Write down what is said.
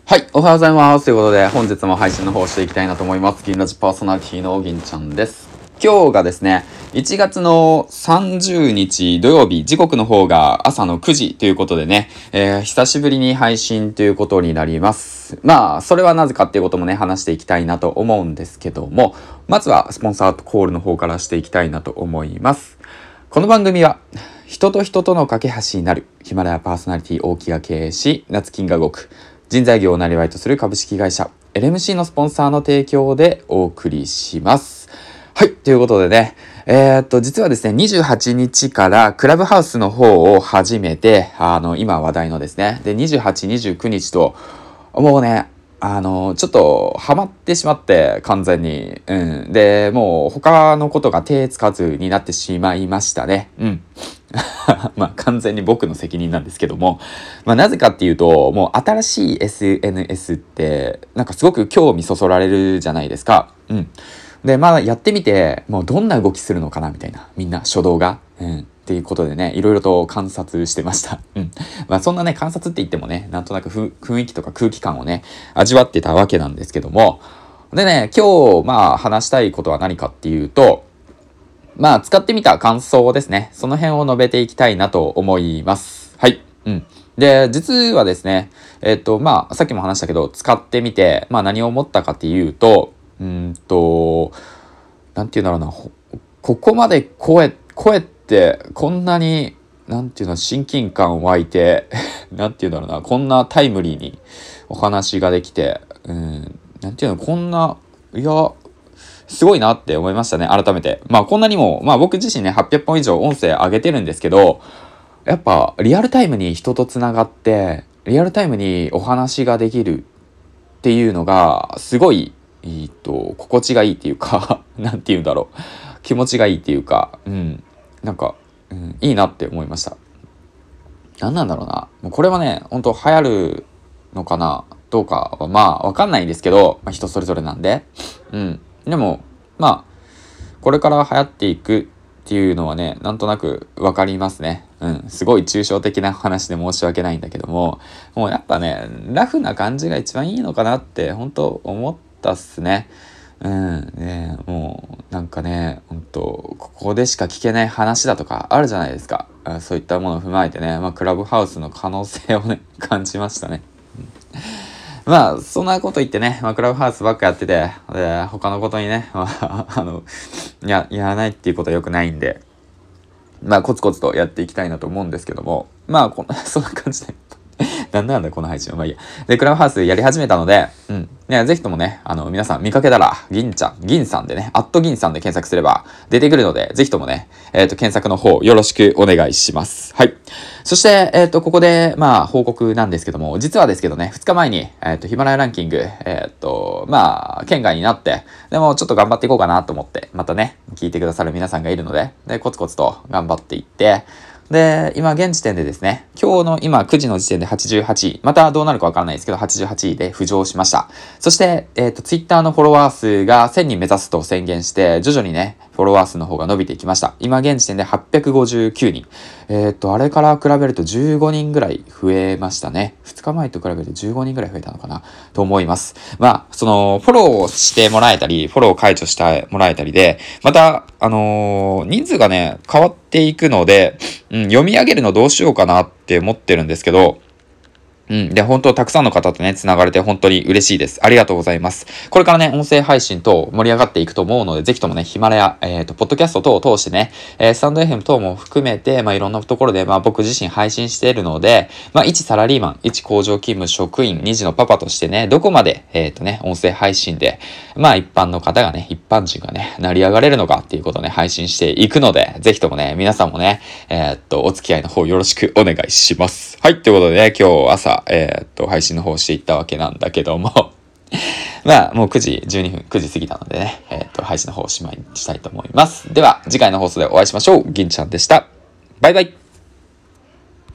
はい、おはようございます。ということで、本日も配信の方をしていきたいなと思います。銀ラジパーソナリティの銀ちゃんです。今日がですね、1月の30日土曜日、時刻の方が朝の9時ということでね、久しぶりに配信ということになります。まあ、それはなぜかっていうこともね、話していきたいなと思うんですけども、まずはスポンサーコールの方からしていきたいなと思います。この番組は、人と人との架け橋になる、ヒマラヤパーソナリティ大木が経営し、夏金が動く、人材業をなりわいとする株式会社 LMC のスポンサーの提供でお送りします。はい、ということでね、実はですね、28日からクラブハウスの方を始めて、今話題のですね、で、28、29日と、もうね、ちょっとハマってしまって完全に、で、もう他のことが手つかずになってしまいましたね。まあ完全に僕の責任なんですけども、まあなぜかっていうと、もう新しい SNS ってなんかすごく興味そそられるじゃないですか。で、まあやってみて、もうどんな動きするのかなみたいな、みんな初動が、っていうことでね、いろいろと観察してました。まあそんなね、観察って言ってもね、なんとなく雰囲気とか空気感をね、味わってたわけなんですけども、でね、今日まあ話したいことは何かっていうと、まあ使ってみた感想ですね、その辺を述べていきたいなと思います。はい。で、実はですね、まあさっきも話したけど、使ってみて、まあ何を思ったかっていうと、なんていうんだろうな、ここまで声ってこんなに、なんていうの、親近感湧いて、なんていうんだろうな、こんなタイムリーにお話ができて、なんていうの、こんな、いや、すごいなって思いましたね、改めて。まあこんなにも、まあ僕自身ね、800本以上音声上げてるんですけど、やっぱリアルタイムに人とつながって、リアルタイムにお話ができるっていうのが、すごい、心地がいいっていうか、なんていうんだろう。気持ちがいいっていうか、なんか、いいなって思いました。なんなんだろうな。もうこれはね、本当流行るのかなどうかはまあわかんないんですけど、まあ、人それぞれなんで。でも、まあ、これから流行っていくっていうのはね、なんとなくわかりますね。すごい抽象的な話で申し訳ないんだけども、もうやっぱね、ラフな感じが一番いいのかなって本当思ったっすね。もうなんかね、ここでしか聞けない話だとかあるじゃないですか。そういったものを踏まえてね、まあクラブハウスの可能性をね、感じましたね。まあ、そんなこと言ってね、まあ、クラブハウスばっかやってて、他のことにね、やらないっていうことは良くないんで、まあ、コツコツとやっていきたいなと思うんですけども、まあ、そんな感じで、なんだこの配信は。まあいいや。で、クラブハウスやり始めたので、ね、ぜひともね、皆さん見かけたら、銀さんでね、銀さんで検索すれば出てくるので、ぜひともね、検索の方よろしくお願いします。はい。そして、ここで、まあ、報告なんですけども、実はですけどね、2日前に、ヒマラヤランキング、まあ、県外になって、でもちょっと頑張っていこうかなと思って、またね、聞いてくださる皆さんがいるので、で、コツコツと頑張っていって、で、今現時点でですね、今日の今9時の時点で88位、またどうなるかわからないですけど、88位で浮上しました。そして、ツイッターのフォロワー数が1000人目指すと宣言して、徐々にね、フォロワー数の方が伸びてきました。今現時点で859人。あれから比べると15人ぐらい増えましたね。2日前と比べると15人ぐらい増えたのかなと思います。まあ、フォローしてもらえたり、フォロー解除してもらえたりで、また、人数がね、変わっていくので、読み上げるのどうしようかなって思ってるんですけど、で、本当たくさんの方とね、繋がれて本当に嬉しいです。ありがとうございます。これからね、音声配信等盛り上がっていくと思うので、ぜひともね、ヒマラヤ、ポッドキャスト等を通してね、スタンド FM 等も含めて、まあ、いろんなところで、まあ、僕自身配信しているので、まあ、一サラリーマン、一工場勤務職員、二児のパパとしてね、どこまで、音声配信で、まあ、一般人がね、成り上がれるのかっていうことをね、配信していくので、ぜひともね、皆さんもね、お付き合いの方よろしくお願いします。はい、ということでね、今日朝、配信の方していったわけなんだけどもまあ、もう9時12分、9時過ぎたのでね、配信の方をおしまいにしたいと思います。では、次回の放送でお会いしましょう。銀ちゃんでした。バイバイ。